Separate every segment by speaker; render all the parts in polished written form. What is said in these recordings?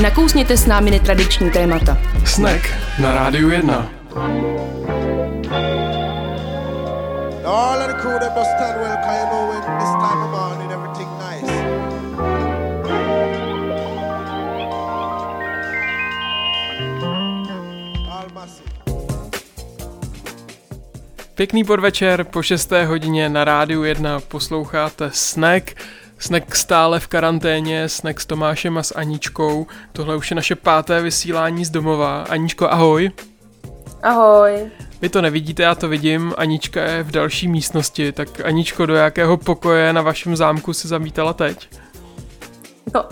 Speaker 1: Nakousněte s námi netradiční témata.
Speaker 2: Snack na Rádiu 1.
Speaker 3: All of the crew that must stand well, 'cause you know when this time of morning everything nice. All massive.
Speaker 2: Pěkný podvečer, po 6. hodině na Rádiu 1 posloucháte Snack. Snack stále v karanténě, Snack s Tomášem a s Aničkou. Tohle už je naše 5. vysílání z domova. Aničko, ahoj.
Speaker 4: Ahoj.
Speaker 2: Vy to nevidíte, já to vidím. Anička je v další místnosti. Tak Aničko, do jakého pokoje na vašem zámku si zavítala teď?
Speaker 4: No,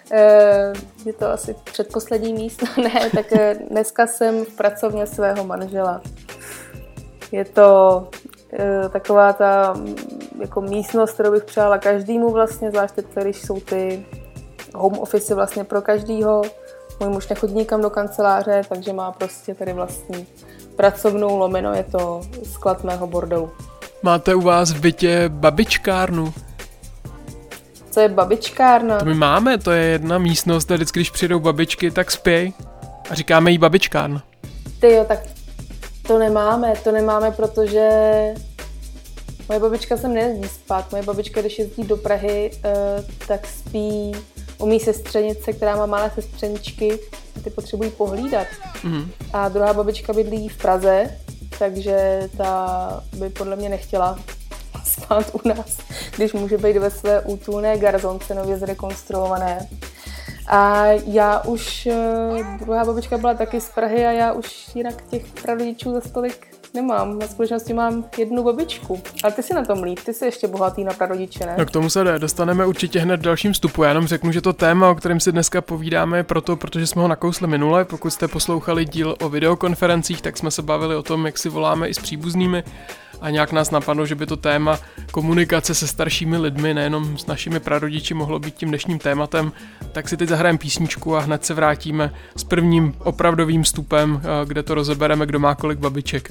Speaker 4: je to asi předposlední místo. Ne, tak dneska jsem v pracovně svého manžela. Je to taková ta jako místnost, kterou bych přála každému vlastně, zvlášť teď, když jsou ty home office vlastně pro každýho. Můj muž nechodí nikam do kanceláře, takže má prostě tady vlastní pracovnou lomeno, je to sklad mého bordelu.
Speaker 2: Máte u vás v bytě babičkárnu?
Speaker 4: Co je babičkárna?
Speaker 2: To my máme, to je jedna místnost, kde vždycky, když přijdou babičky, tak spěj. A říkáme jí babičkárna.
Speaker 4: Tyjo, tak to nemáme, protože moje babička sem nejezdí spát. Moje babička, když jezdí do Prahy, tak spí u mý sestřenice, která má malé sestřeničky, ty potřebují pohlídat. A druhá babička bydlí v Praze, takže ta by podle mě nechtěla spát u nás, když může být ve své útulné garzonce nově zrekonstruované. A já už, druhá babička byla taky z Prahy a já už jinak těch prarodičů za stolik nemám. Na skutečnosti mám jednu babičku. Ale ty si na tom líp, ty jsi ještě bohatý na prarodiče, ne?
Speaker 2: No k tomu se jde, dostaneme určitě hned v dalším vstupu. Já jenom řeknu, že to téma, o kterém si dneska povídáme, je protože jsme ho nakousli minule. Pokud jste poslouchali díl o videokonferencích, tak jsme se bavili o tom, jak si voláme i s příbuznými. A nějak nás napadlo, že by to téma komunikace se staršími lidmi, nejenom s našimi prarodiči, mohlo být tím dnešním tématem. Tak si teď zahrajeme písničku a hned se vrátíme s prvním opravdovým vstupem, kde to rozebereme, kdo má kolik babiček.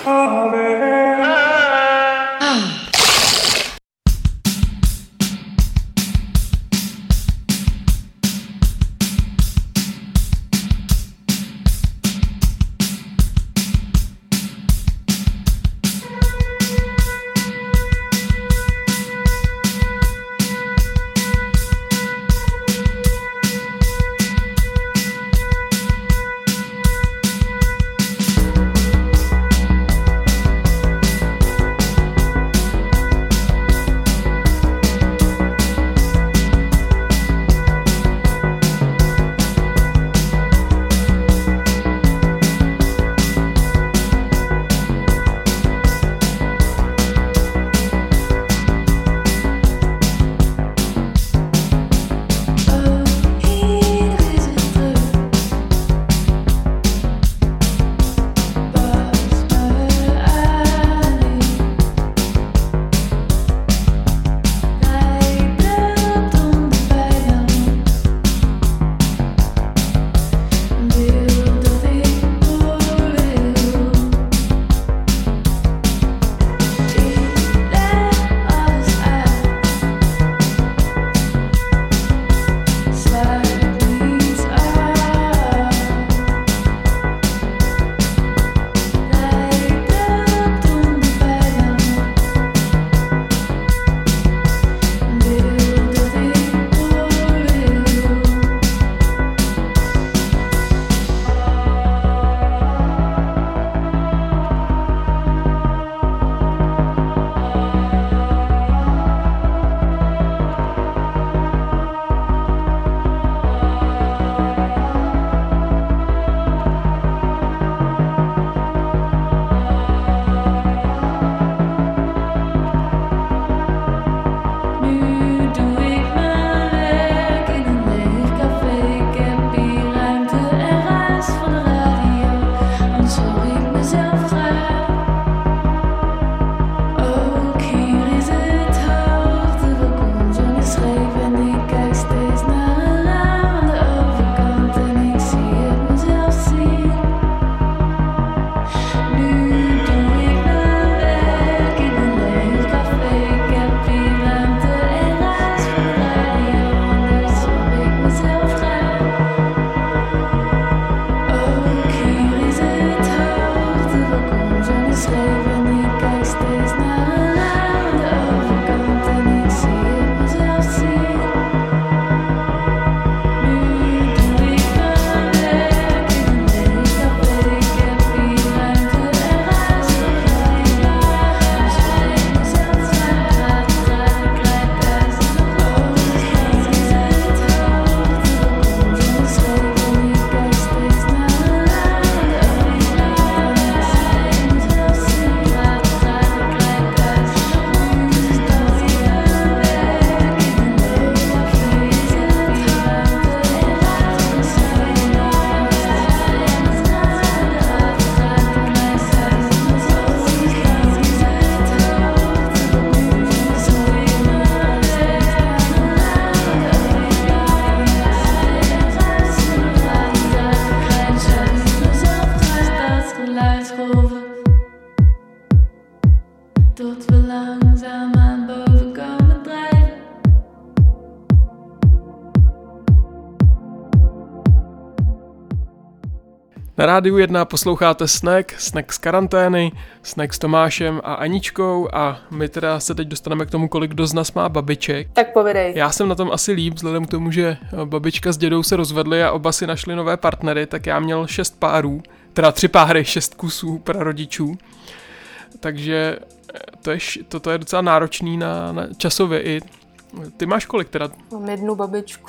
Speaker 2: Na Rádiu 1 posloucháte Snack z karantény, Snack s Tomášem a Aničkou a my teda se teď dostaneme k tomu, kolik kdo z nás má babiček.
Speaker 4: Tak povědej.
Speaker 2: Já jsem na tom asi líp, vzhledem k tomu, že babička s dědou se rozvedli a oba si našli nové partnery, tak já měl 6 párů, teda 3 páry, 6 kusů prarodičů. Takže toto je docela náročný na časově i. Ty máš kolik teda?
Speaker 4: Mám 1 babičku.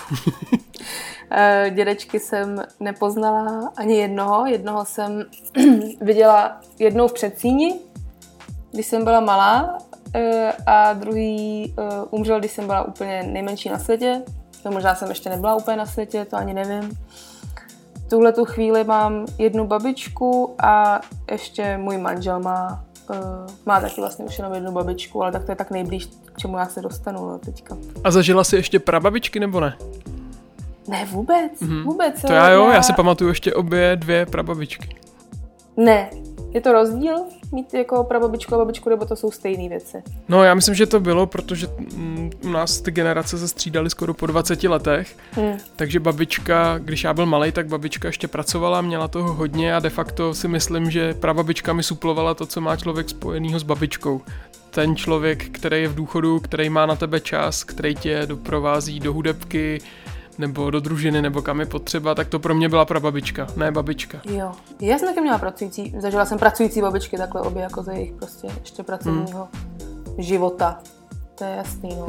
Speaker 4: Dědečky jsem nepoznala ani jednoho jsem viděla jednou v Předsíni, když jsem byla malá, a druhý umřel, když jsem byla úplně nejmenší na světě. To možná jsem ještě nebyla úplně na světě, to ani nevím. V tuhletu chvíli mám 1 babičku a ještě můj manžel má taky vlastně už jenom 1 babičku, ale tak to je tak nejblíž, k čemu já se dostanu teďka.
Speaker 2: A zažila jsi ještě prababičky nebo ne?
Speaker 4: Ne, vůbec.
Speaker 2: To já si pamatuju ještě obě 2 prababičky.
Speaker 4: Ne, Je to rozdíl mít jako prababičku a babičku, nebo to jsou stejné věci?
Speaker 2: No já myslím, že to bylo, protože u nás ty generace se střídaly skoro po 20 letech, takže babička, když já byl malej, tak babička ještě pracovala, měla toho hodně a de facto si myslím, že prababička mi suplovala to, co má člověk spojenýho s babičkou. Ten člověk, který je v důchodu, který má na tebe čas, který tě doprovází do hudebky, nebo do družiny, nebo kam je potřeba, tak to pro mě byla prababička, ne babička.
Speaker 4: Jo. Já jsem taky měla pracující, zažila jsem pracující babičky takhle obě jako za jejich prostě ještě pracovního života. To je jasný, no.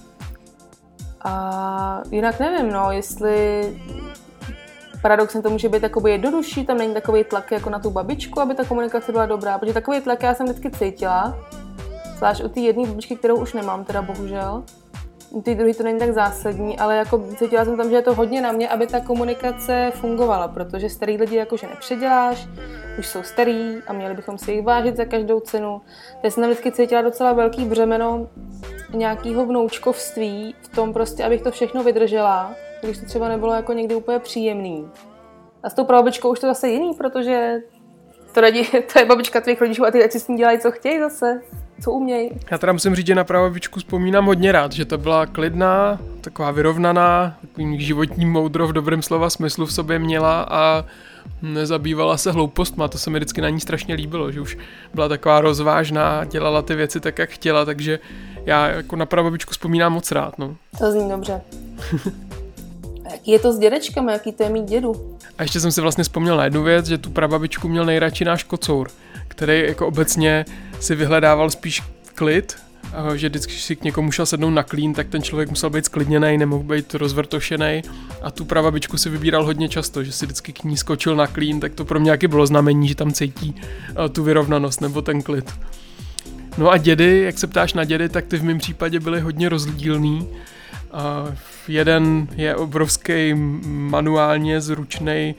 Speaker 4: A jinak nevím, no, jestli paradoxně to může být jakoby jednodušší, tam není takový tlak jako na tu babičku, aby ta komunikace byla dobrá, protože takový tlak já jsem vždycky cítila, zvlášť u té jedné babičky, kterou už nemám teda bohužel. U té druhé to není tak zásadní, ale jako cítila jsem tam, že je to hodně na mě, aby ta komunikace fungovala, protože starý lidi jakože nepředěláš, už jsou starý a měli bychom si jich vážit za každou cenu. Takže jsem tam vždycky cítila docela velký břemeno nějakého vnoučkovství v tom prostě, abych to všechno vydržela, když to třeba nebylo jako někdy úplně příjemný. A s tou prababičkou už to zase jiný, protože to je babička tvých rodičů a ty ať si s ní dělají, co chtějí zase. Co umějí.
Speaker 2: Já teda musím říct, že na prababičku vzpomínám hodně rád, že to byla klidná, taková vyrovnaná, takový životní moudro v dobrém slova smyslu v sobě měla a nezabývala se hloupostma, to se mi vždycky na ní strašně líbilo, že už byla taková rozvážná, dělala ty věci tak, jak chtěla, takže já jako na prababičku vzpomínám moc rád. No.
Speaker 4: To zní dobře. A jaký je to s dědečkem, jaký to je mít dědu?
Speaker 2: A ještě jsem si vlastně vzpomněl na jednu věc, že tu prababičku měl nejradši náš kocour, který jako obecně si vyhledával spíš klid, že vždycky si k někomu šel sednout na klín, tak ten člověk musel být sklidněnej, nemohl být rozvrtošenej a tu prababičku si vybíral hodně často, že si vždycky k ní skočil na klín, tak to pro mě taky bylo znamení, že tam cítí tu vyrovnanost nebo ten klid. No a dědy, jak se ptáš na dědy, tak ty v mém případě byly hodně rozdílný. Jeden je obrovský manuálně zručnej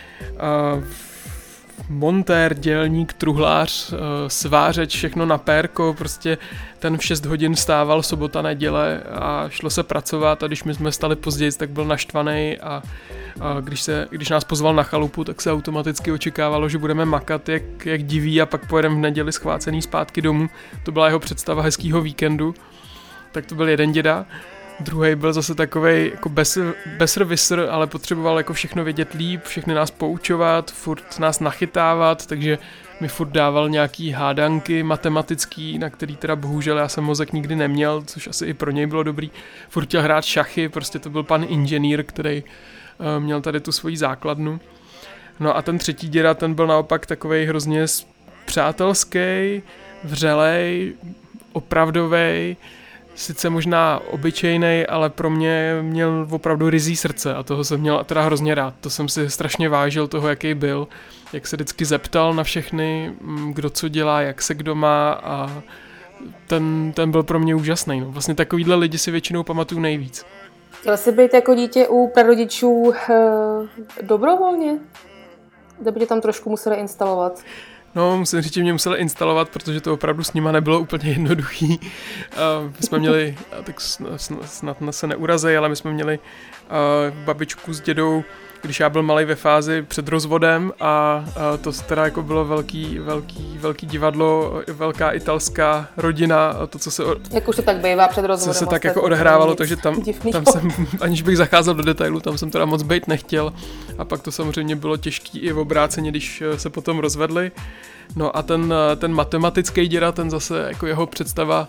Speaker 2: montér, dělník, truhlář, svářeč, všechno na pérko, prostě ten v 6 hodin vstával sobota, neděle a šlo se pracovat a když my jsme stali později, tak byl naštvaný a když nás pozval na chalupu, tak se automaticky očekávalo, že budeme makat jak diví a pak pojedeme v neděli schvácený zpátky domů. To byla jeho představa hezkýho víkendu, tak to byl jeden děda. Druhý byl zase takovej jako besr-visr, ale potřeboval jako všechno vědět líp, všechny nás poučovat, furt nás nachytávat, takže mi furt dával nějaký hádanky matematický, na který teda bohužel já jsem mozek nikdy neměl, což asi i pro něj bylo dobrý. Furt chtěl hrát šachy, prostě to byl pan inženýr, který měl tady tu svoji základnu. No a ten třetí děda, ten byl naopak takovej hrozně přátelský, vřelej, opravdovej, sice možná obyčejnej, ale pro mě měl opravdu ryzí srdce a toho jsem měl teda hrozně rád. To jsem si strašně vážil toho, jaký byl, jak se vždycky zeptal na všechny, kdo co dělá, jak se kdo má a ten byl pro mě úžasný. No. Vlastně takovýhle lidi si většinou pamatuju nejvíc.
Speaker 4: Chtěl jsi být jako dítě u prarodičů dobrovolně? Nebo tě tam trošku museli instalovat?
Speaker 2: No, musím říct, že mě museli instalovat, protože to opravdu s nima nebylo úplně jednoduchý. My jsme měli, tak snad se neurazej, ale my jsme měli babičku s dědou, když já byl malej ve fázi před rozvodem a to teda jako bylo velký divadlo, velká italská rodina a to, co se...
Speaker 4: Jak už to tak bývá před rozvodem.
Speaker 2: Co se tak jako odehrávalo, takže tam jsem, aniž bych zacházel do detailu, tam jsem teda moc bejt nechtěl a pak to samozřejmě bylo těžký i v obráceně, když se potom rozvedli. No a ten matematický děda, ten zase jako jeho představa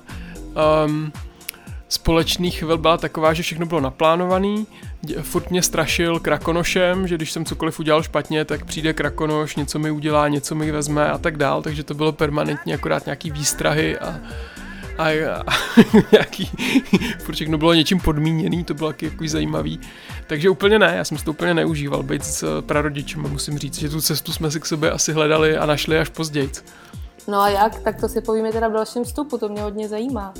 Speaker 2: společných chvil byla taková, že všechno bylo naplánovaný. Furt mě strašil krakonošem, že když jsem cokoliv udělal špatně, tak přijde krakonoš, něco mi udělá, něco mi vezme a tak dál, takže to bylo permanentně akorát nějaký výstrahy a nějaký, furt všechno bylo něčím podmíněný, to bylo takový zajímavý. Takže úplně ne, já jsem si to úplně neužíval, být s prarodičem, musím říct, že tu cestu jsme si k sobě asi hledali a našli až později.
Speaker 4: No a jak? Tak to si povíme teda v dalším vstupu, to mě hodně zajímá.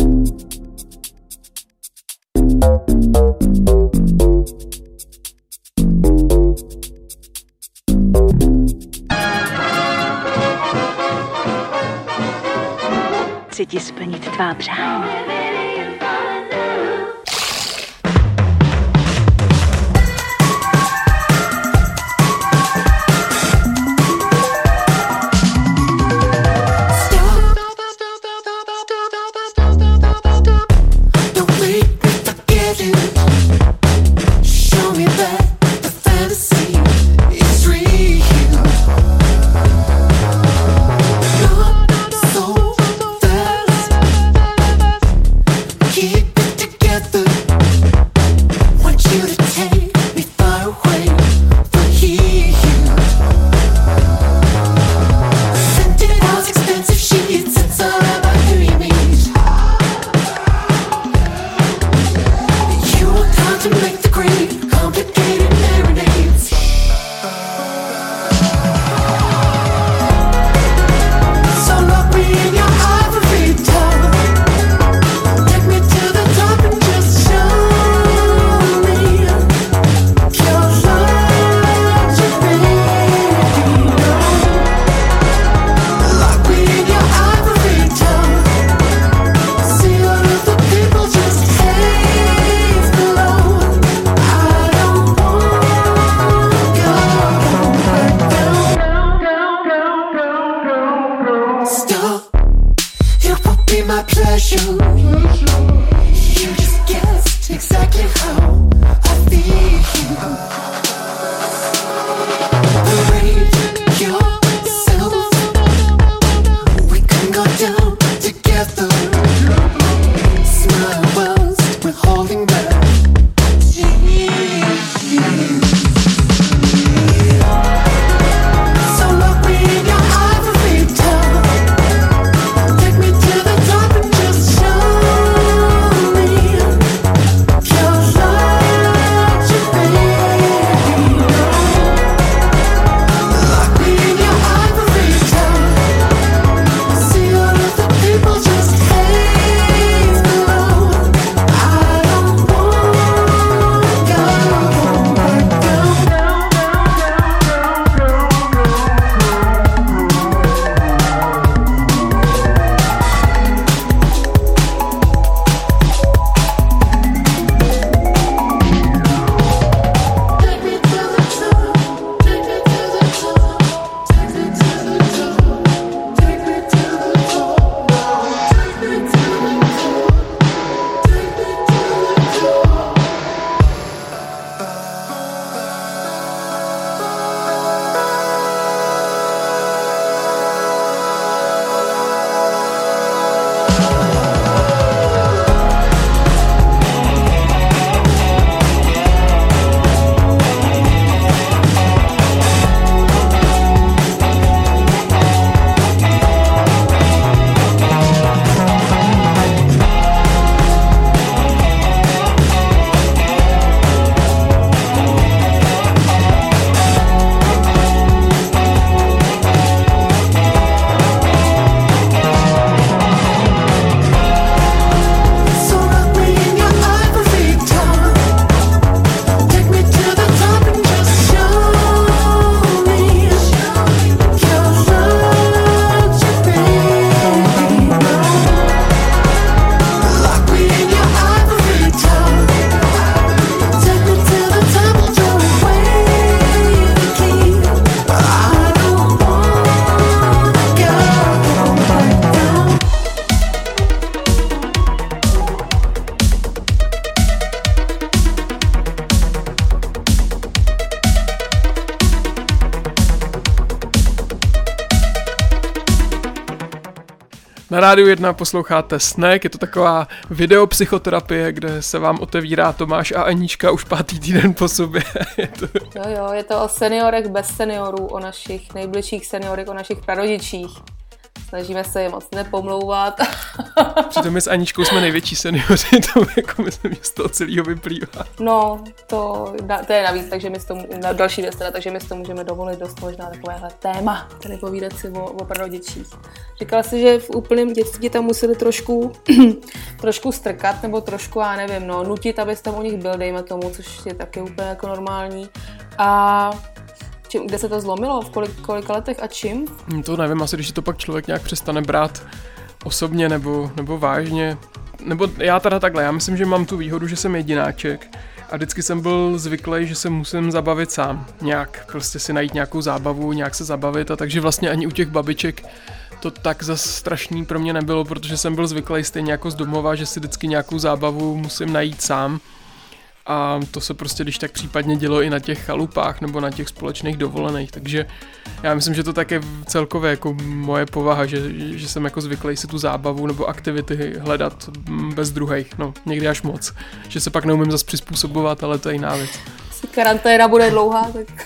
Speaker 5: Chci ti splnit tvá přání.
Speaker 2: Na Rádiu 1 posloucháte Snack, je to taková videopsychoterapie, kde se vám otevírá Tomáš a Anička už 5. týden po sobě.
Speaker 4: Je to o seniorech bez seniorů, o našich nejbližších seniorech, o našich prarodičích. Snažíme se je moc nepomlouvat.
Speaker 2: Přitom my s Aničkou jsme největší seniori, to jako myslím, že z toho celého vyplývá.
Speaker 4: No, to je navíc, takže my s tomu, na další věc teda, takže my s tomu můžeme dovolit dost možná takovéhle téma, tedy povídat si o prarodičích. Říkala si, že v úplném dětství tam museli trošku strkat, nebo trošku, já nevím, no, nutit, abys tam u nich byl, dejme tomu, což je taky úplně jako normální. A kde se to zlomilo? V kolika letech a čím?
Speaker 2: To nevím, asi když si to pak člověk nějak přestane brát osobně nebo vážně. Nebo já teda takhle, já myslím, že mám tu výhodu, že jsem jedináček a vždycky jsem byl zvyklý, že se musím zabavit sám. Nějak, prostě si najít nějakou zábavu, nějak se zabavit a takže vlastně ani u těch babiček to tak zas strašný pro mě nebylo, protože jsem byl zvyklý stejně jako z domova, že si vždycky nějakou zábavu musím najít sám. A to se prostě když tak případně dělo i na těch chalupách nebo na těch společných dovolených, takže já myslím, že to tak je celkově jako moje povaha, že jsem jako zvyklý si tu zábavu nebo aktivity hledat bez druhých, no někdy až moc, že se pak neumím zas přizpůsobovat, ale to je jiná věc.
Speaker 4: Asi karanténa bude dlouhá, tak...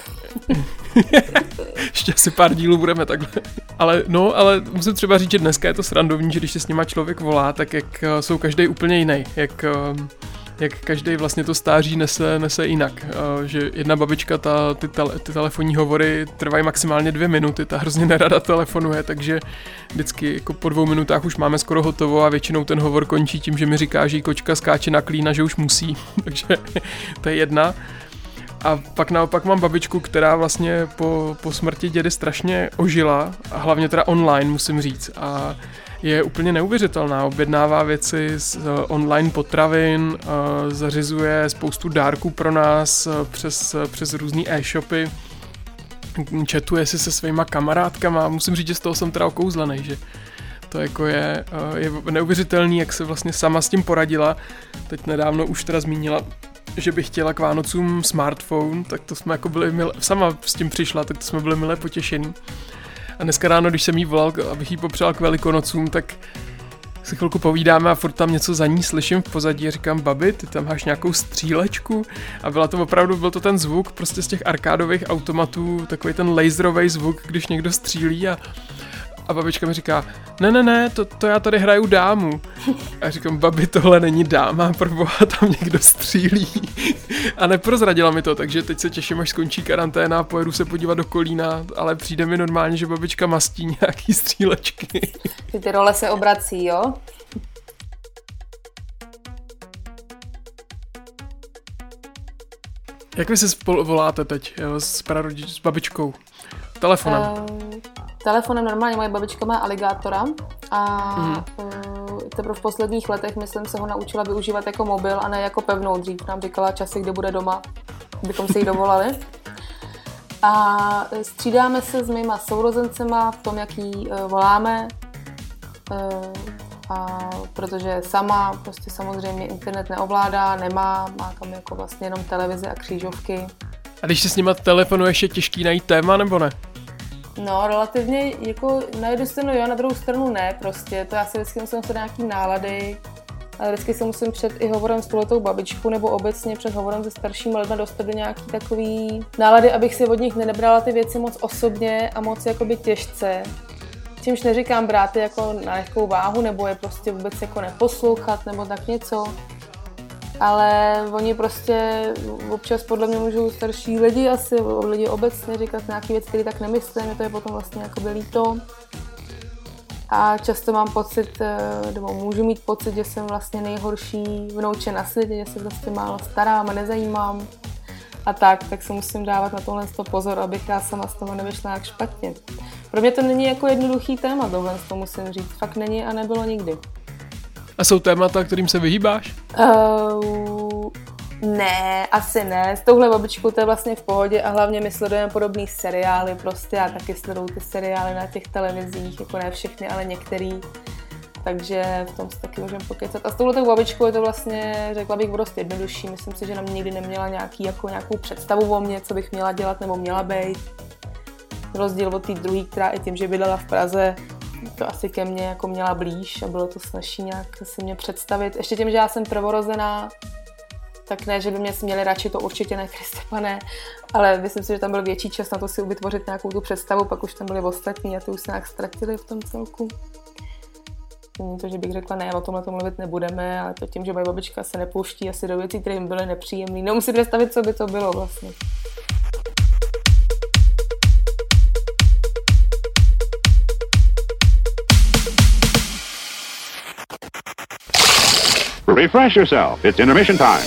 Speaker 2: Ještě asi pár dílů budeme takhle. Ale musím třeba říct, že dneska je to srandovní, že když se s nima člověk volá, tak jak jsou každý úplně jiný, jak každý vlastně to stáří nese jinak. Že jedna babička, ty telefonní hovory trvají maximálně 2 minuty, ta hrozně nerada telefonuje, takže vždycky jako po 2 minutách už máme skoro hotovo a většinou ten hovor končí tím, že mi říká, že jí kočka skáče na klína, že už musí, takže to je jedna. A pak naopak mám babičku, která vlastně po smrti dědy strašně ožila, a hlavně teda online musím říct, a je úplně neuvěřitelná, objednává věci z online potravin, zařizuje spoustu dárků pro nás přes různý e-shopy, chatuje si se svýma kamarádkama, musím říct, že z toho jsem teda okouzlený, že to jako je neuvěřitelný, jak se vlastně sama s tím poradila. Teď nedávno už teda zmínila, že bych chtěla k Vánocům smartphone, tak to jsme jako byli sama s tím přišla, tak to jsme byli milé potěšení. A dneska ráno, když jsem jí volal, abych jí popřál k Velikonocům, tak si chvilku povídáme a furt tam něco za ní slyším v pozadí a říkám, babi, ty tam máš nějakou střílečku? A byl to ten zvuk prostě z těch arkádových automatů, takový ten laserový zvuk, když někdo střílí a babička mi říká, ne, to já tady hraju dámu. A říkám, babi, tohle není dáma, proboha, tam někdo střílí. A neprozradila mi to, takže teď se těším, až skončí karanténa a pojedu se podívat do Kolína, ale přijde mi normálně, že babička mastí nějaký střílečky.
Speaker 4: Ty role se obrací, jo?
Speaker 2: Jak vy se spolu voláte teď s babičkou? Telefonem?
Speaker 4: Telefonem normálně, moje babička má aligátora a teprve v posledních letech, myslím, se ho naučila využívat jako mobil a ne jako pevnou. Dřív nám říkala časy, kdy bude doma, bychom se jí dovolali. A střídáme se s mýma sourozencema v tom, jak jí voláme, a protože sama prostě samozřejmě internet neovládá, nemá, má tam jako vlastně jenom televizi a křížovky.
Speaker 2: A když se s nima telefonuješ, je těžký najít téma, nebo ne?
Speaker 4: No, relativně, jako na jednu stranu jo, na druhou stranu ne, prostě, to já si vždycky musím dostat nějaký nálady, ale vždycky se musím před i hovorem s touhletou babičkou nebo obecně před hovorem se staršími lidmi dostat do nějaký takový nálady, abych si od nich nebrala ty věci moc osobně a moc jakoby těžce. Čímž neříkám brát je jako na lehkou váhu, nebo je prostě vůbec jako neposlouchat, nebo tak něco. Ale oni prostě občas podle mě můžou starší lidi asi, lidi obecně říkat nějaké věci, které tak nemyslím, mě to je potom vlastně jakoby líto. A často mám pocit, nebo můžu mít pocit, že jsem vlastně nejhorší vnouče na světě, že se prostě málo starám a nezajímám. A tak se musím dávat na tohle pozor, abych já sama z toho nevyšla jak špatně. Pro mě to není jako jednoduchý téma, tohle to musím říct. Fakt není a nebylo nikdy.
Speaker 2: A jsou témata, kterým se vyhýbáš?
Speaker 4: Ne, asi ne. S touhle babičkou to je vlastně v pohodě a hlavně my sledujeme podobný seriály prostě. Já taky sleduju ty seriály na těch televizích, jako ne všechny, ale některý. Takže v tom se taky můžeme pokecat. A s touhletou babičkou je to vlastně, řekla bych, dost jednodušší. Myslím si, že nám nikdy neměla nějakou představu o mě, co bych měla dělat nebo měla být. Rozdíl od té druhé, která i tím, že bydlela v Praze, to asi ke mně jako měla blíž a bylo to snazší nějak si mě představit. Ještě tím, že já jsem prvorozená, tak ne, že by mě měli radši, to určitě ne, Kristepa ne, ale myslím si, že tam byl větší čas na to si vytvořit nějakou tu představu, pak už tam byli ostatní a ty už se nějak ztratili v tom celku. Není to, že bych řekla, ne, o tomhle mluvit nebudeme, ale to tím, že moje babička se nepouští asi do věcí, které jim byly nepříjemné. Neumím si představit, co by to bylo vlastně.
Speaker 6: Refresh yourself. It's intermission time.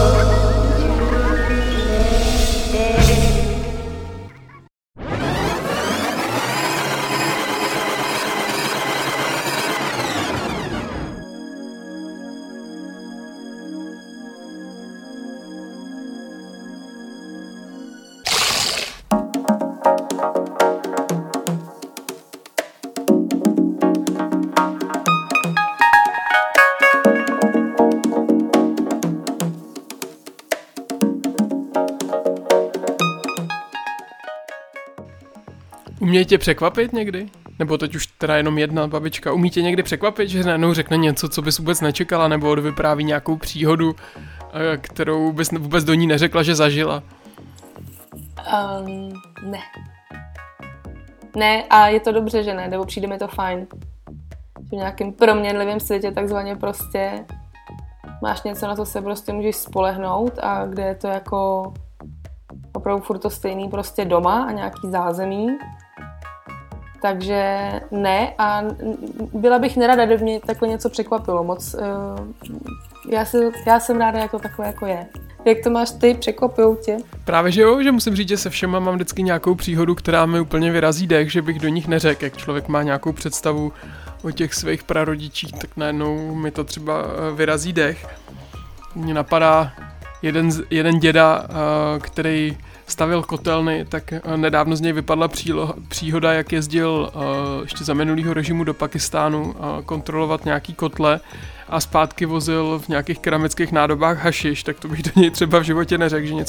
Speaker 2: Umí tě překvapit někdy? Nebo teď už teda jenom jedna babička. Umí tě někdy překvapit, že najednou řekne něco, co bys vůbec nečekala, nebo vypráví nějakou příhodu, kterou bys vůbec do ní neřekla, že zažila?
Speaker 4: Ne. Ne, a je to dobře, že ne, nebo přijde mi to fajn. V nějakém proměnlivém světě takzvaně prostě máš něco, na co se prostě můžeš spolehnout a kde je to jako opravdu furt to stejný prostě doma a nějaký zázemí. Takže ne a byla bych nerada, kdyby mě takhle něco překvapilo moc. Já jsem ráda jako takové, jako je. Jak to máš ty? Překvapujou tě?
Speaker 2: Právě že jo, že musím říct, že se všema mám vždycky nějakou příhodu, která mi úplně vyrazí dech, že bych do nich neřekl. Jak člověk má nějakou představu o těch svých prarodičích, tak najednou mi to třeba vyrazí dech. Mně napadá jeden děda, který stavěl kotelny, tak nedávno z něj vypadla příhoda, jak jezdil ještě za minulýho režimu do Pakistánu kontrolovat nějaký kotle a zpátky vozil v nějakých keramických nádobách hašiš, tak to bych do něj třeba v životě neřekl, že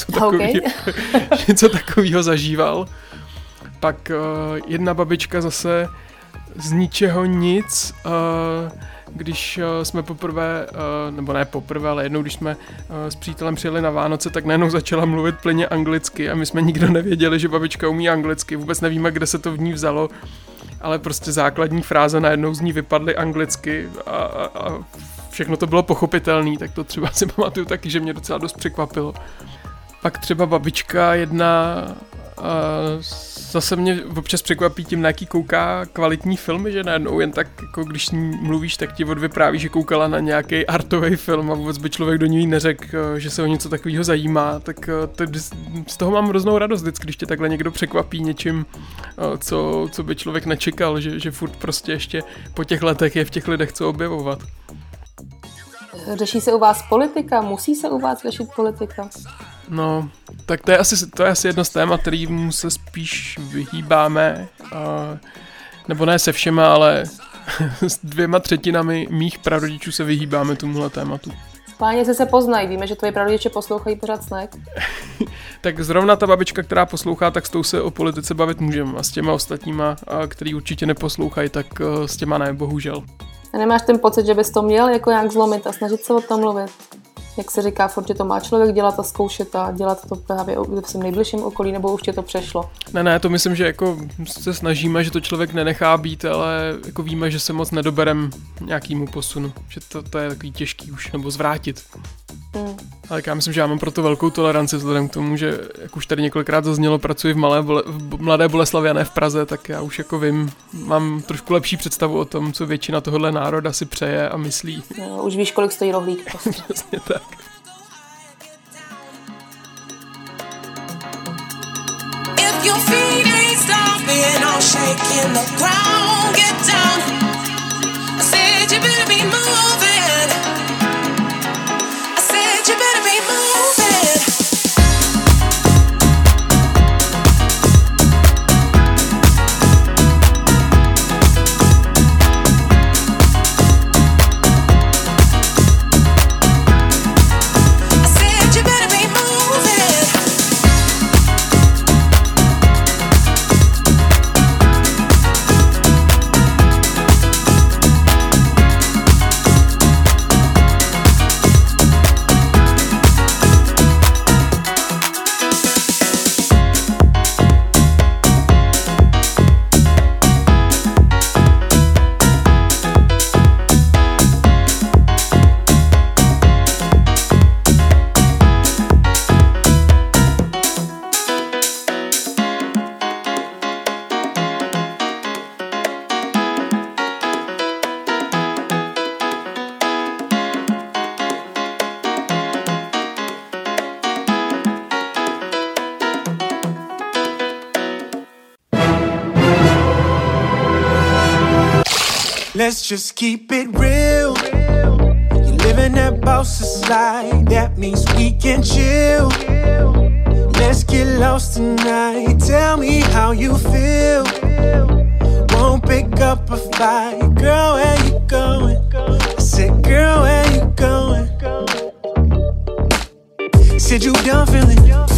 Speaker 2: něco takového zažíval. Pak jedna babička zase z ničeho nic, když jsme poprvé, nebo ne poprvé, ale jednou, když jsme s přítelem přijeli na Vánoce, tak najednou začala mluvit plně anglicky a my jsme nikdo nevěděli, že babička umí anglicky. Vůbec nevíme, kde se to v ní vzalo, ale prostě základní fráze najednou z ní vypadly anglicky a všechno to bylo pochopitelné, tak to třeba si pamatuju taky, že mě docela dost překvapilo. Pak třeba babička jedna zase mě občas překvapí tím, na jaký kouká kvalitní filmy, že najednou jen tak, jako když s ní mluvíš, tak ti odvypráví, že koukala na nějaký artový film a vůbec by člověk do ní neřekl, že se o něco takového zajímá, tak z toho mám hroznou radost vždycky, když tě takhle někdo překvapí něčím, co by člověk nečekal, že furt prostě ještě po těch letech je v těch lidech co objevovat.
Speaker 4: Řeší se u vás politika? Musí se u vás řešit politika?
Speaker 2: No, tak to je asi jedno z témat, kterýmu se spíš vyhýbáme, nebo ne se všema, ale s 2/3 mých prarodičů se vyhýbáme tomuhle tématu.
Speaker 4: Páně se poznají, víme, že tvoji prarodiče poslouchají pořád Snack.
Speaker 2: Tak zrovna ta babička, která poslouchá, tak s tou se o politice bavit můžeme a s těma ostatníma, který určitě neposlouchají, tak s těma ne, bohužel.
Speaker 4: A nemáš ten pocit, že bys to měl jako nějak zlomit a snažit se o tom mluvit? Jak se říká, furt, že to má člověk dělat a zkoušet a dělat to právě v svém nejbližším okolí, nebo už tě to přešlo? Ne,
Speaker 2: to myslím, že jako se snažíme, že to člověk nenechá být, ale jako víme, že se moc nedoberem nějakému posunu, že to je takový těžký už, nebo zvrátit. Ale já myslím, že já mám proto velkou toleranci vzhledem k tomu, že jak už tady několikrát zaznělo, pracuji v Mladé Boleslavi a ne v Praze, tak já už jako vím, mám trošku lepší představu o tom, co většina tohohle národa si přeje a myslí.
Speaker 4: Už víš, kolik stojí rohlík.
Speaker 2: Přesně tak.
Speaker 7: If your feet ain't stomping or shaking the ground, get down. I said you better be moving. I said you better be moving.
Speaker 3: let's just keep it real. You're living that boss's life, that means we can chill. Let's get lost tonight, tell me how you feel. Won't pick up a fight, girl, where you going? I said, girl, where you going? Said you done feeling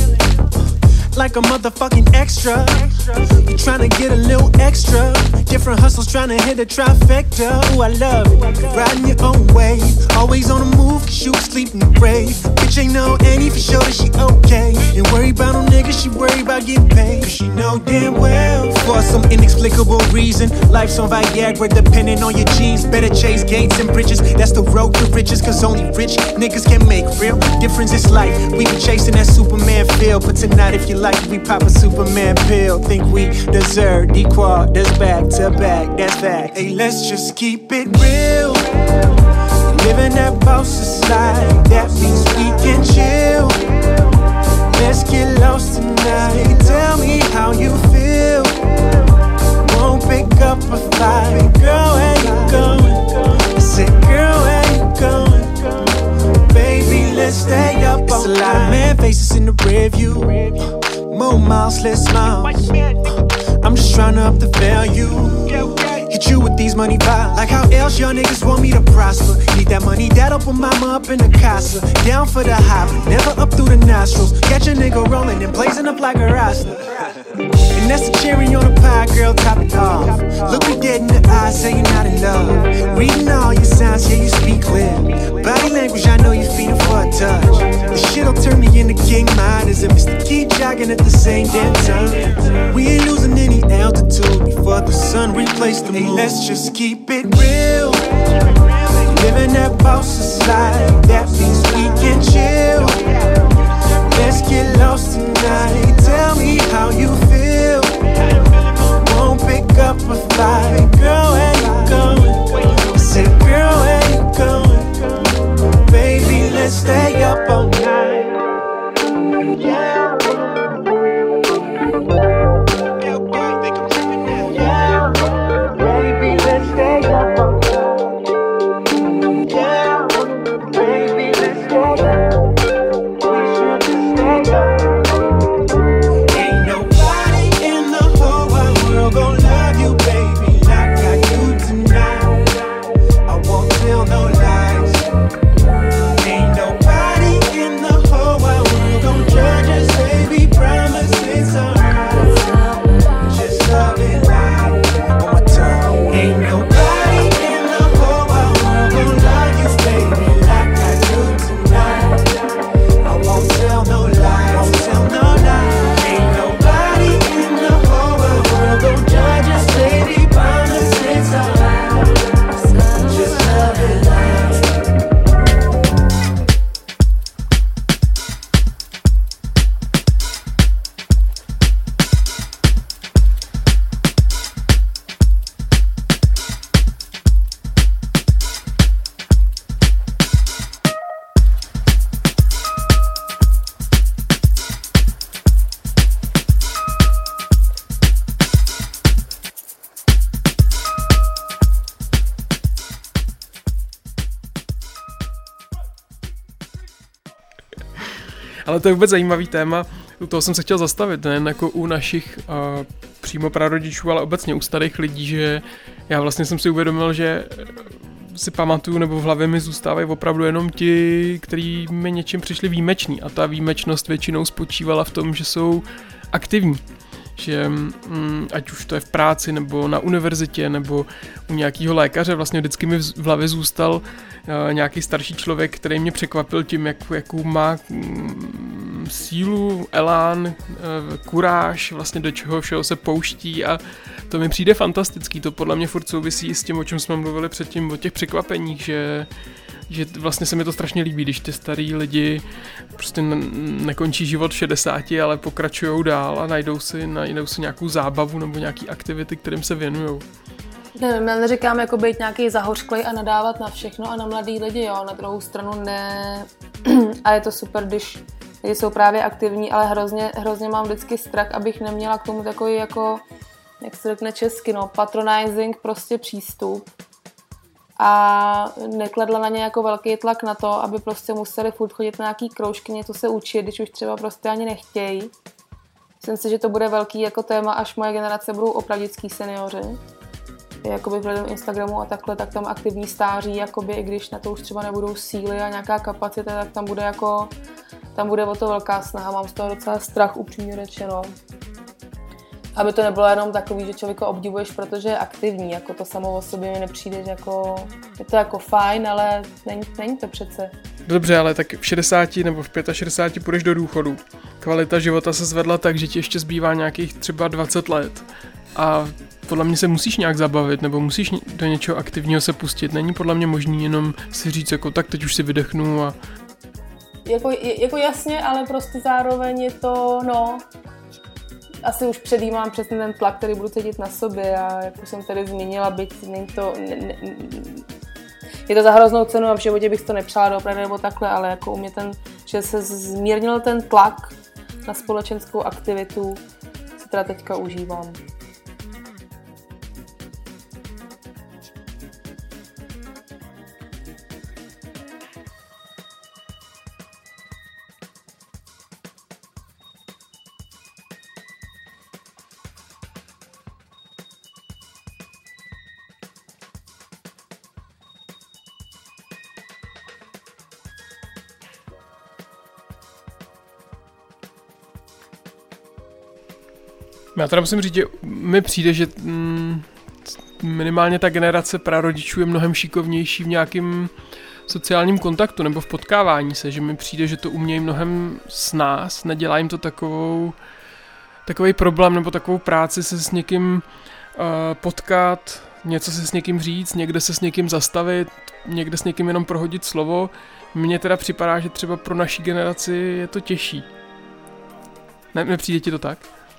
Speaker 3: like a motherfucking extra. You tryna get a little extra. Different hustles tryna hit a trifecta. Ooh, I love it. You're riding your own wave. Always on the move, cause you sleep in the grave. Bitch ain't no Annie for sure that she okay. Ain't worry about no niggas, she worry about getting paid. Cause she know damn well, for some inexplicable reason, life's on Viagra depending on your genes. Better chase gates and bridges, that's the road to riches. Cause only rich niggas can make real difference in life. We be chasing that Superman feel, but tonight if you like it, we pop a Superman pill. Think we deserve equal, that's back to back, that's fact. Hey, let's just keep it real. Living that boss's life, that means we can chill. Let's get lost tonight, tell me how you feel. Won't pick up a fight, girl, where you going? I said, girl, where you going? Baby, let's stay up all night. It's a lot of man faces in the rear view. More miles, less miles. I'm just trying to up the value. Hit you with these money vibes. Like how else y'all niggas want me to prosper? Need that money, that'll put mama up in the casa. Down for the high, but never up through the nostrils. Catch a nigga rolling and blazing up like a Rasta. And that's the cherry on the pie, girl, top it off. Look me dead in the eyes, say you're not in love. Reading all your signs, yeah, you speak clear. Body language, I know you're feeding for a touch. This shit'll turn me into King Midas and Mr. Keep jogging at the same damn time. We ain't losing any altitude before the sun replaced the moon. Hey, let's just keep it real. Living that boss's life, that means we can chill. Let's get lost tonight, tell me how you feel. Won't pick up a fight, girl, where you going? I said, girl, where you going? Baby, let's stay up all night. Yeah.
Speaker 2: Ale to je vůbec zajímavý téma, u toho jsem se chtěl zastavit, nejen jako u našich přímo prarodičů, ale obecně u starých lidí, že já vlastně jsem si uvědomil, že si pamatuju, nebo v hlavě mi zůstávají opravdu jenom ti, kteří mi něčím přišli výjimeční a ta výjimečnost většinou spočívala v tom, že jsou aktivní. Že ať už to je v práci, nebo na univerzitě, nebo u nějakého lékaře, vlastně vždycky mi v hlavě zůstal nějaký starší člověk, který mě překvapil tím, jakou má sílu, elán, kuráž, vlastně do čeho všeho se pouští a to mi přijde fantastický, to podle mě furt souvisí s tím, o čem jsme mluvili předtím, o těch překvapeních, že vlastně se mi to strašně líbí, když ty starý lidi prostě nekončí život v 60, ale pokračujou dál a najdou si nějakou zábavu nebo nějaký aktivity, kterým se věnujou.
Speaker 4: Nevím, já neříkám jako být nějaký zahořklej a nadávat na všechno a na mladý lidi, jo, na druhou stranu ne. A je to super, když lidi jsou právě aktivní, ale hrozně mám vždycky strach, abych neměla k tomu takový jako, jak se řekne česky, no, patronizing prostě přístup. a nekladla na ně jako velký tlak na to, aby prostě museli furt chodit na nějaký kroužky, něco se učit, když už třeba prostě ani nechtějí. Myslím si, že to bude velký jako téma, až moje generace budou opravdický seniori. Jakoby v Instagramu a takhle, tak tam aktivní stáří, jakoby, i když na to už třeba nebudou síly a nějaká kapacita, tak tam bude o to velká snaha. Mám z toho docela strach, upřímně řečeno. Aby to nebylo jenom takový, že člověka obdivuješ, protože je aktivní, jako to samo o sobě mi nepřijde, že jako, je to jako fajn, ale není to přece.
Speaker 2: Dobře, ale tak v 60 nebo v 65 půjdeš do důchodu. Kvalita života se zvedla tak, že ti ještě zbývá nějakých třeba 20 let. A podle mě se musíš nějak zabavit, nebo musíš do něčeho aktivního se pustit. Není podle mě možný jenom si říct, jako tak teď už si vydechnu a...
Speaker 4: Jako jasně, ale prostě zároveň je to, no... Asi už předjímám přesně ten tlak, který budu cítit na sobě a jak už jsem tady zmínila, byť není to... Je to za hroznou cenu a v životě bych to nepřála doopravdy nebo takhle, ale jako u mě že se zmírnil ten tlak na společenskou aktivitu, si teda teďka užívám.
Speaker 2: Já teda musím říct, že mi přijde, že minimálně ta generace prarodičů je mnohem šikovnější v nějakém sociálním kontaktu nebo v potkávání se, že mi přijde, že to umějí mnohem s nás, nedělá jim to takový problém nebo takovou práci se s někým potkat, něco se s někým říct, někde se s někým zastavit, někde s někým jenom prohodit slovo. Mně teda připadá, že třeba pro naší generaci je to těžší. Nepřijde ti to tak?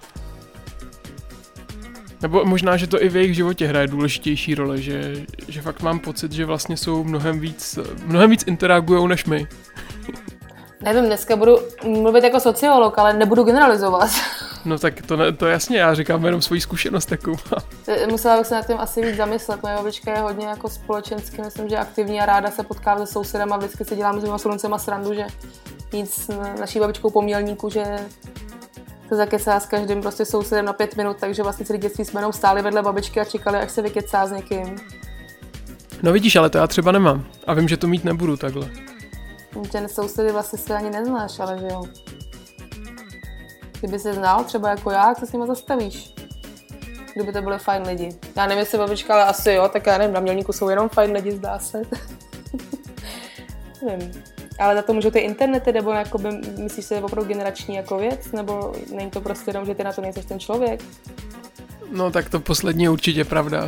Speaker 2: Nebo možná, že to i v jejich životě hraje důležitější role, že fakt mám pocit, že vlastně jsou mnohem víc interagujou než my.
Speaker 4: Nevím, dneska budu mluvit jako sociolog, ale nebudu generalizovat.
Speaker 2: No tak to jasně, já říkám jenom svoji zkušenost takovou.
Speaker 4: Musela bych se nad tím asi víc zamyslet. Moje babička je hodně jako společensky, myslím, že aktivní a ráda se potkává se sousedem a vždycky si dělám s mýma sluncema srandu, že nic naší babičkou pomělníku, že se zakecá s každým prostě sousedem na 5 minut, takže vlastně celý dětství jsme jenom stáli vedle babičky a čekali, až se vykecá s někým.
Speaker 2: No vidíš, ale to já třeba nemám. A vím, že to mít nebudu takhle.
Speaker 4: Ten sousedy vlastně se ani neznáš, ale že jo. Kdyby se znal třeba jako já, jak se s nima zastavíš? Kdyby to byly fajn lidi. Já nevím, jestli babička, ale asi jo, tak já nevím, na Mělníku jsou jenom fajn lidi, zdá se. Nevím. Ale za to můžou ty internety, nebo jakoby, myslíš, že je opravdu generační jako věc? Nebo není to prostě jenom, že ty na to nejseš ten člověk?
Speaker 2: No tak to poslední je určitě pravda.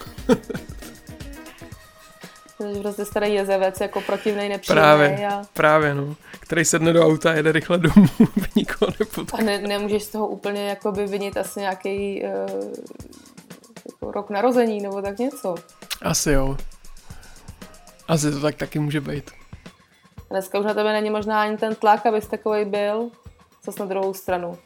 Speaker 4: Takže prostě starý jezevec, jako protivnej, nepříjemnej.
Speaker 2: Právě, no. Který sedne do auta a jede rychle domů, nikoho nepotká.
Speaker 4: A nemůžeš z toho úplně jakoby vinit asi nějaký jako rok narození, nebo tak něco.
Speaker 2: Asi jo. Asi to tak taky může být.
Speaker 4: Dneska už na tebe není možná ani ten tlak, abys takovej byl, zas na druhou stranu.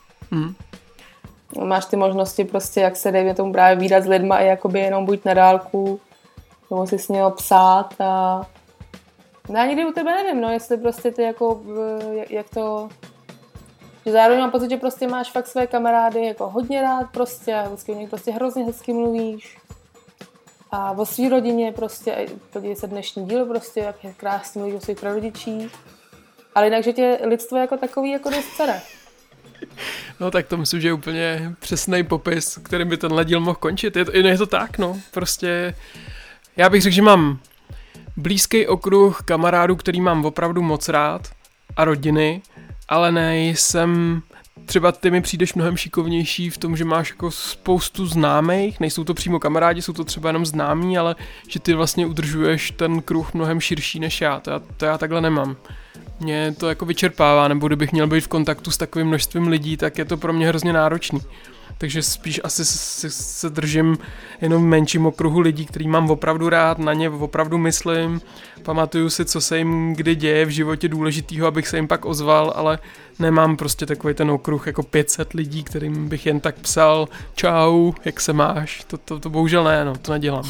Speaker 4: Máš ty možnosti prostě, jak se dejme tomu právě vídat s lidma i jakoby jenom buď na dálku, nebo si s něho psát a... No já nikdy u tebe nevím, no, jestli prostě ty jako, jak to... Že zároveň mám pocit, že prostě máš fakt své kamarády jako hodně rád prostě a vždycky o nich prostě hrozně hezky mluvíš. A o svý rodině prostě, podívej se dnešní díl prostě, jak je krásný mluvíš o svých prarodičích. Ale jinak, že tě lidstvo jako takový jako dost cere.
Speaker 2: No tak to myslím, že je úplně přesný popis, kterým by tenhle díl mohl končit. Je to tak, no. Prostě já bych řekl, že mám blízký okruh kamarádů, který mám opravdu moc rád a rodiny, ale nejsem... Třeba ty mi přijdeš mnohem šikovnější v tom, že máš jako spoustu známých, nejsou to přímo kamarádi, jsou to třeba jenom známí, ale že ty vlastně udržuješ ten kruh mnohem širší než já. To já takhle nemám. Mě to jako vyčerpává, nebo kdybych měl být v kontaktu s takovým množstvím lidí, tak je to pro mě hrozně náročný. Takže spíš asi se držím jenom v menším okruhu lidí, který mám opravdu rád, na ně opravdu myslím, pamatuju si, co se jim kdy děje v životě důležitýho, abych se jim pak ozval, ale nemám prostě takový ten okruh jako 500 lidí, kterým bych jen tak psal čau, jak se máš, to bohužel ne, no, to nedělám.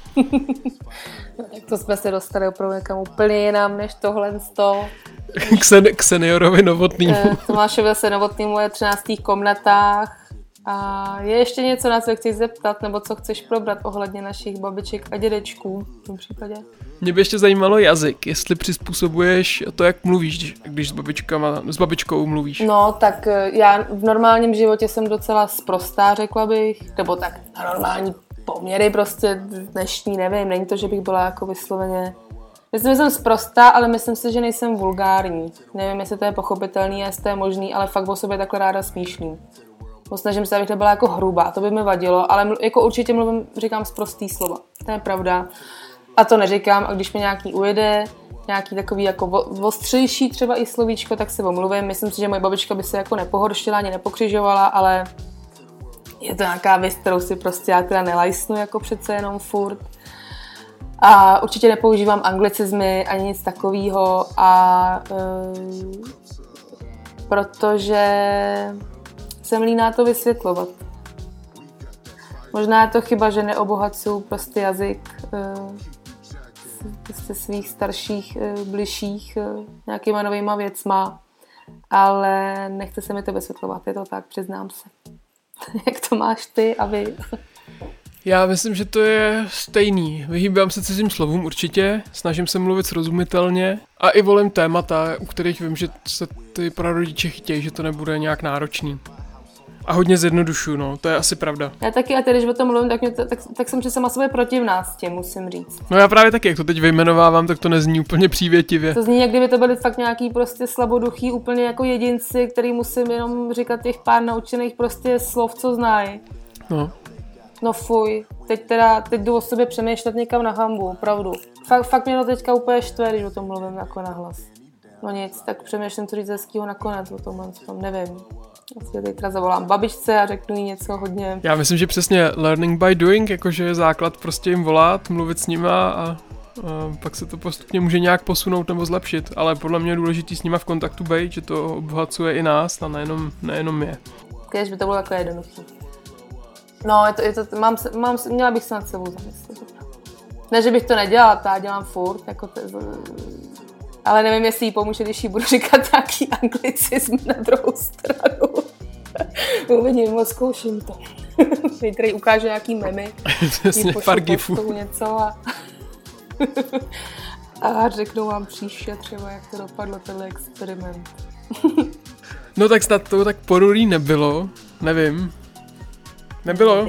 Speaker 4: Tak to jsme se dostali opravdu někam úplně jinam než tohle z toho.
Speaker 2: K seniorovi Novotnýmu.
Speaker 4: Tomášovi zase Novotnýmu je v 13. komnatách. A je ještě něco, na co chceš zeptat, nebo co chceš probrat ohledně našich babiček a dědečků v tom případě?
Speaker 2: Mě by ještě zajímalo jazyk, jestli přizpůsobuješ to, jak mluvíš, když s babičkou mluvíš.
Speaker 4: No, tak já v normálním životě jsem docela sprostá, řekla bych, nebo tak normální poměry prostě dnešní, nevím, není to, že bych byla jako vysloveně... Myslím, že jsem sprostá, ale myslím si, že nejsem vulgární. Nevím, jestli to je pochopitelný, jestli to je možný, ale fakt o sobě takhle ráda smíšný. Snažím se, abych nebyla jako hrubá, to by mi vadilo, ale jako určitě říkám sprostý slova, to je pravda. A to neříkám, a když mi nějaký ujede, nějaký takový jako ostřejší třeba i slovíčko, tak se omluvím. Myslím si, že moje babička by se jako nepohoršila, ani nepokřižovala, ale je to nějaká věc, kterou si prostě já teda nelajsnu jako přece jenom furt. A určitě nepoužívám anglicizmy ani nic takového, a protože jsem líná to vysvětlovat. Možná je to chyba, že neobohacuju prostě jazyk prostě svých starších, bližších nějakýma novýma věcma, ale nechce se mi to vysvětlovat, je to tak, přiznám se. Jak to máš ty a vy?
Speaker 2: Já myslím, že to je stejný. Vyhýbám se cizím slovům určitě, snažím se mluvit srozumitelně a i volím témata, u kterých vím, že se ty prarodiče chytějí, že to nebude nějak náročný. A hodně zjednodušuju, no, to je asi pravda.
Speaker 4: Já taky, a teď, když o tom mluvím, tak jsem si sama sobě protivná s tím, musím říct.
Speaker 2: No já právě taky, jak to teď vyjmenovávám, tak to nezní úplně přívětivě.
Speaker 4: To zní, jak kdyby to byly fakt nějaký prostě slaboduchý, úplně jako jedinci, který musím jenom říkat těch pár naučených prostě slov, co znají.
Speaker 2: No.
Speaker 4: No fuj, teď jdu o sobě přemýšlet někam na hambu, opravdu. Fakt mě to teďka úplně štve, když o tom mluvím jako nahlas. No nic, tak přemýšlím, co říct hezkýho nakonec o tom, nevím. Asi teď teda zavolám babičce a řeknu jí něco hodně.
Speaker 2: Já myslím, že přesně learning by doing, jakože je základ prostě jim volat, mluvit s nima a pak se to postupně může nějak posunout nebo zlepšit, ale podle mě je důležitý s nima v kontaktu být, že to obohacuje i nás a nejenom je.
Speaker 4: Když by to bylo takové jednoduché. No, měla bych se nad sebou zamyslet. Ne, že bych to nedělala, to já dělám furt, jako ale nevím, jestli jí pomůže, když jí budu říkat nějaký anglicizm na druhou stranu. Uvidím, zkouším to. Tady ukážu nějaký memy.
Speaker 2: Přesně, pár gifů.
Speaker 4: Něco a řeknu vám příště třeba, jak to dopadlo, tenhle experiment.
Speaker 2: No tak snad to tak porurý nebylo, nevím. Nebylo,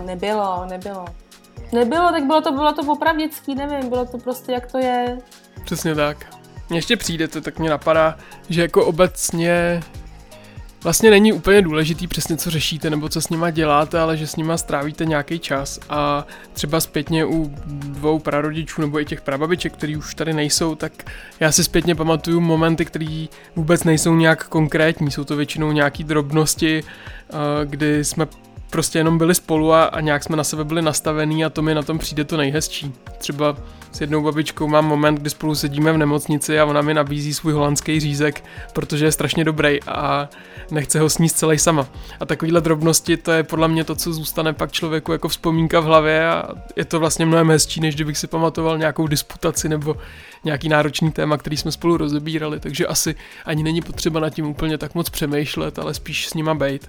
Speaker 4: tak bylo to opravdický, nevím, bylo to prostě jak to je.
Speaker 2: Přesně tak. Mně ještě přijdete, tak mě napadá, že jako obecně vlastně není úplně důležitý přesně, co řešíte nebo co s nima děláte, ale že s nima strávíte nějaký čas a třeba zpětně u dvou prarodičů nebo i těch prababiček, který už tady nejsou, tak já si zpětně pamatuju momenty, které vůbec nejsou nějak konkrétní, jsou to většinou nějaký drobnosti, kdy jsme prostě jenom byli spolu a nějak jsme na sebe byli nastavení a to mi na tom přijde to nejhezčí. Třeba s jednou babičkou mám moment, kdy spolu sedíme v nemocnici a ona mi nabízí svůj holandský řízek, protože je strašně dobrý a nechce ho sníst celý sama. A takovýhle drobnosti, to je podle mě to, co zůstane pak člověku jako vzpomínka v hlavě a je to vlastně mnohem hezčí, než kdybych si pamatoval nějakou disputaci nebo nějaký náročný téma, který jsme spolu rozebírali, takže asi ani není potřeba nad tím úplně tak moc přemýšlet, ale spíš s nima bejt.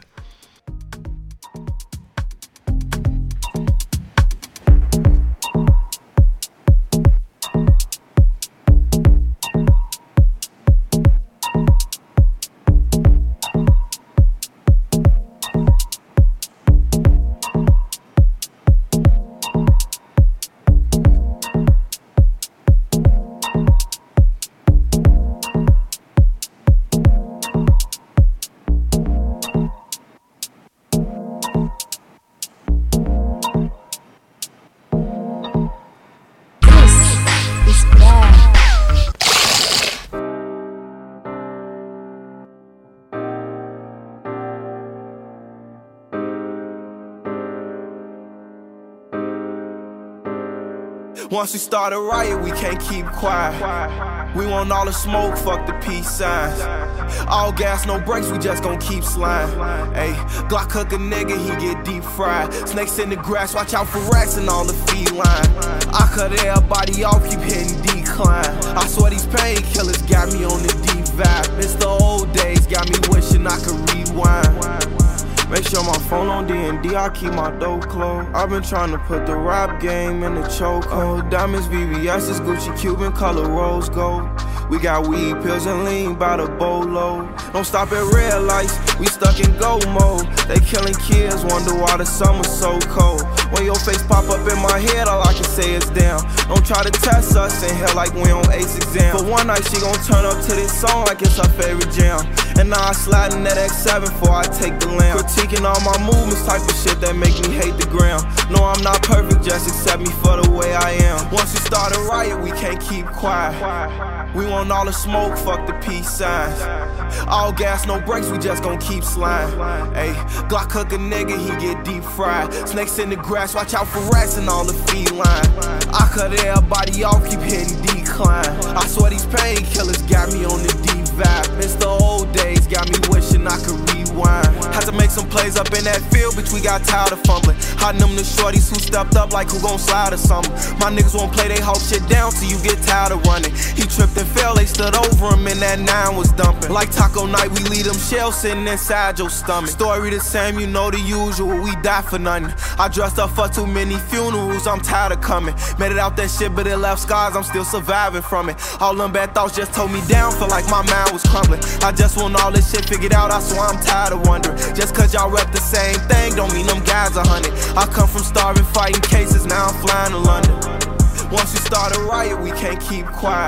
Speaker 8: Once we start a riot, we can't keep quiet. We want all the smoke, fuck the peace signs. All gas, no brakes, we just gon' keep sliding. Ayy, Glock hook a nigga, he get deep fried. Snakes in the grass, watch out for rats and all the feline. I cut everybody off, keep hitting decline. I swear these painkillers got me on the deep vibe. It's the old days, got me wishing I could rewind. Make sure my phone on D&D, I keep my door closed. I've been trying to put the rap game in the chokehold. Diamonds, VVS's, Gucci, Cuban, color rose gold. We got weed, pills, and lean by the bolo. Don't stop at red lights, we stuck in go mode. They killing kids, wonder why the summer's so cold. When your face pop up in my head, all I can say is damn. Don't try to test us in here like we on ACE exam. For one night, she gon' turn up to this song like it's her favorite jam. And now I slide in that X7 before I take the lamp. Critiquing all my movements, type of shit that make me hate the gram. No, I'm not perfect, just accept me for the way I am. Once we start a riot, we can't keep quiet. We want all the smoke, fuck the peace signs. All gas, no brakes, we just gon' keep sliding. Ayy, Glock hook a nigga, he get deep fried. Snakes in the grass, watch out for rats and all the feline. I cut everybody off, keep hitting decline. I swear these painkillers got me on the deep vibe. It's the old days, got me wishing I could rewind. Had to make some plays up in that field, bitch, we got tired of fumbling. Hiding them the shorties who stepped up like who gon' slide or something. My niggas won't play they whole shit down till you get tired of running. He tripped and fell, they stood over him and that 9 was dumping. Like taco night, we leave them shells sitting inside your stomach. Story the same, you know the usual, we die for nothing. I dressed up for too many funerals, I'm tired of coming. Made it out that shit, but it left scars, I'm still surviving from it. All them bad thoughts just told me down, feel like my mind was crumbling. I just want all this shit figured out, I swear I'm tired of wondering. Just cause y'all rep the same thing, don't mean them guys 100. I come from starving, fighting cases, now I'm flying to London. Once we start a riot, we can't keep quiet.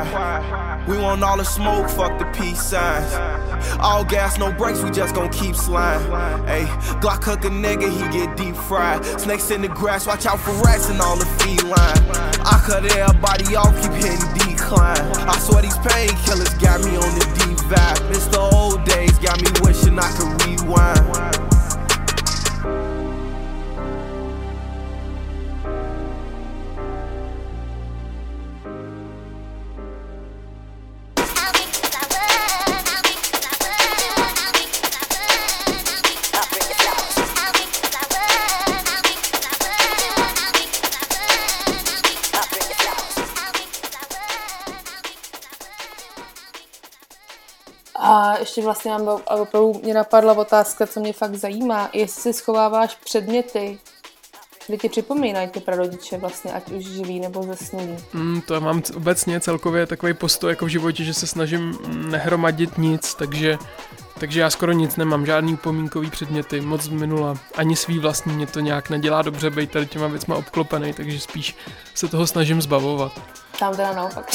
Speaker 8: We want all the smoke, fuck the peace signs. All gas, no brakes, we just gon' keep sliding. Ayy, Glock hook a nigga, he get deep fried. Snakes in the grass, watch out for rats and all the feline. I cut everybody off, keep hitting decline. I swear these painkillers got me on the deep vibe. It's the old days, got me wishing I could rewind.
Speaker 4: A ještě vlastně opravdu mě napadla otázka, co mě fakt zajímá, jestli si schováváš předměty, které ti připomínají ty prarodiče vlastně, ať už živí nebo zesnulí.
Speaker 2: To já mám obecně celkově takový postoj jako v životě, že se snažím nehromadit nic, takže já skoro nic nemám, žádný upomínkový předměty, moc z minula, ani svý vlastní, mě to nějak nedělá dobře být tady těma věcma obklopený, takže spíš se toho snažím zbavovat.
Speaker 4: Tam teda naopak.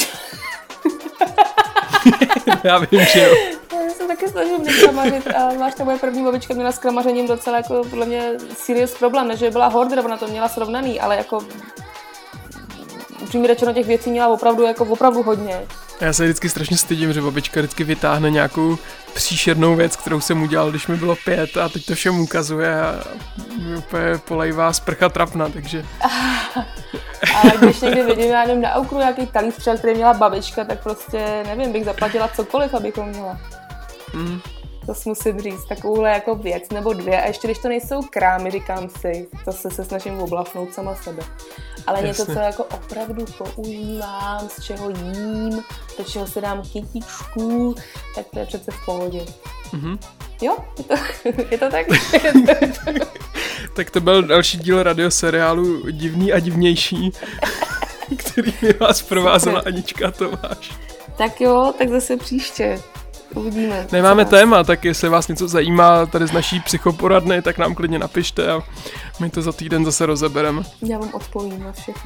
Speaker 2: Já vím, že jo.
Speaker 4: Já se taky snažím nekramařit a zvlášť moje první babička měla s kramařením docela jako podle mě serious problém, než byla hoarder, ona to měla srovnaný, ale jako upřímně řečeno těch věcí měla opravdu hodně.
Speaker 2: Já se vždycky strašně stydím, že babička vždycky vytáhne nějakou příšernou věc, kterou jsem udělal, když mi bylo 5 a teď to všem ukazuje a mi úplně polejvá sprcha trapna, takže...
Speaker 4: Ale když někdy vidím, já nevím, na okru nějaký talíř třeba, který měla babička, tak prostě, nevím, bych zaplatila cokoliv, abych ho měla. To musím říct, takovouhle jako věc nebo dvě. A ještě když to nejsou krámy, říkám si, to se snažím oblafnout sama sebe. Ale něco, co jako opravdu používám, z čeho jím, do čeho si dám kytičku, tak to je přece v pohodě. Jo? Je to tak?
Speaker 2: Tak to byl další díl radioseriálu Divný a divnější, který mi vás provázela Anička Tomáš.
Speaker 4: Tak jo, tak zase příště. Uvidíme.
Speaker 2: Nemáme téma, tak jestli vás něco zajímá tady z naší psychoporadny, tak nám klidně napište a my to za týden zase rozebereme.
Speaker 4: Já vám odpovím na všechno.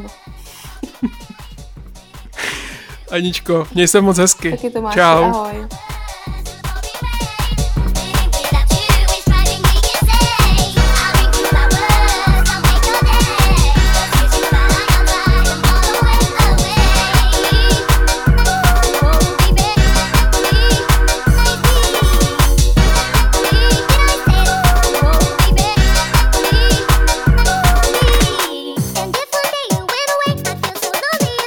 Speaker 2: Aničko, měj se moc hezky.
Speaker 4: Taky to máš.
Speaker 2: Čau.
Speaker 4: Ahoj.
Speaker 9: And if one day you went away, I feel so lonely.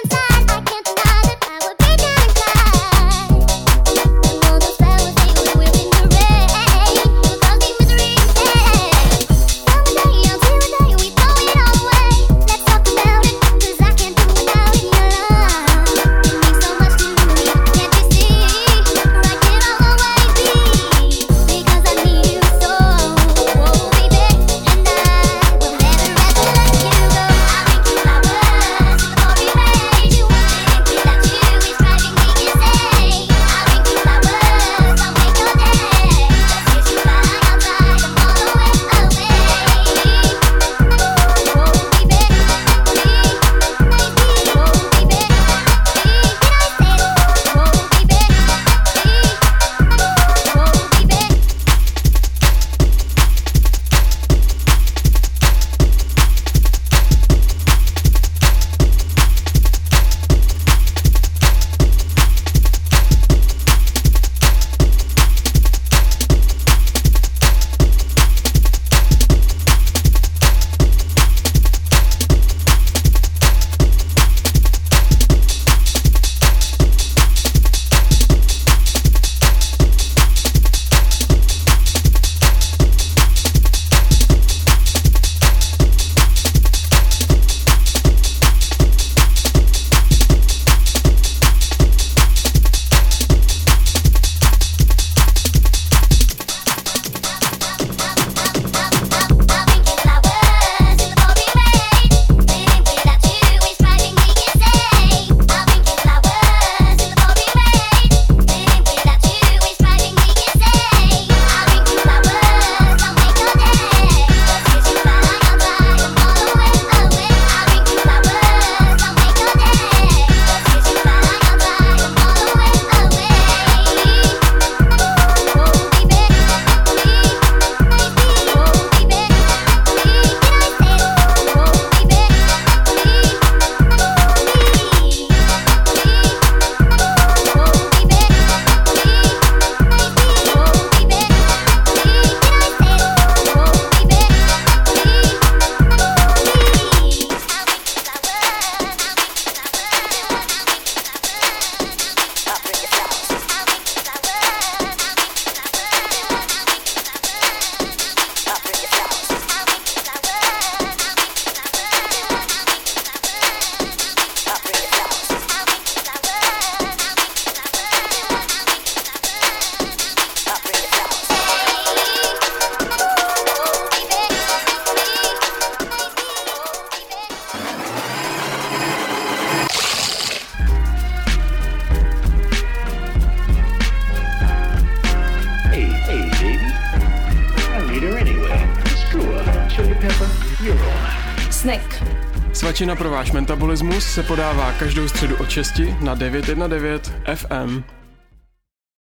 Speaker 1: Snack.
Speaker 2: Svačina pro váš metabolismus se podává každou středu od 6 na 919 FM.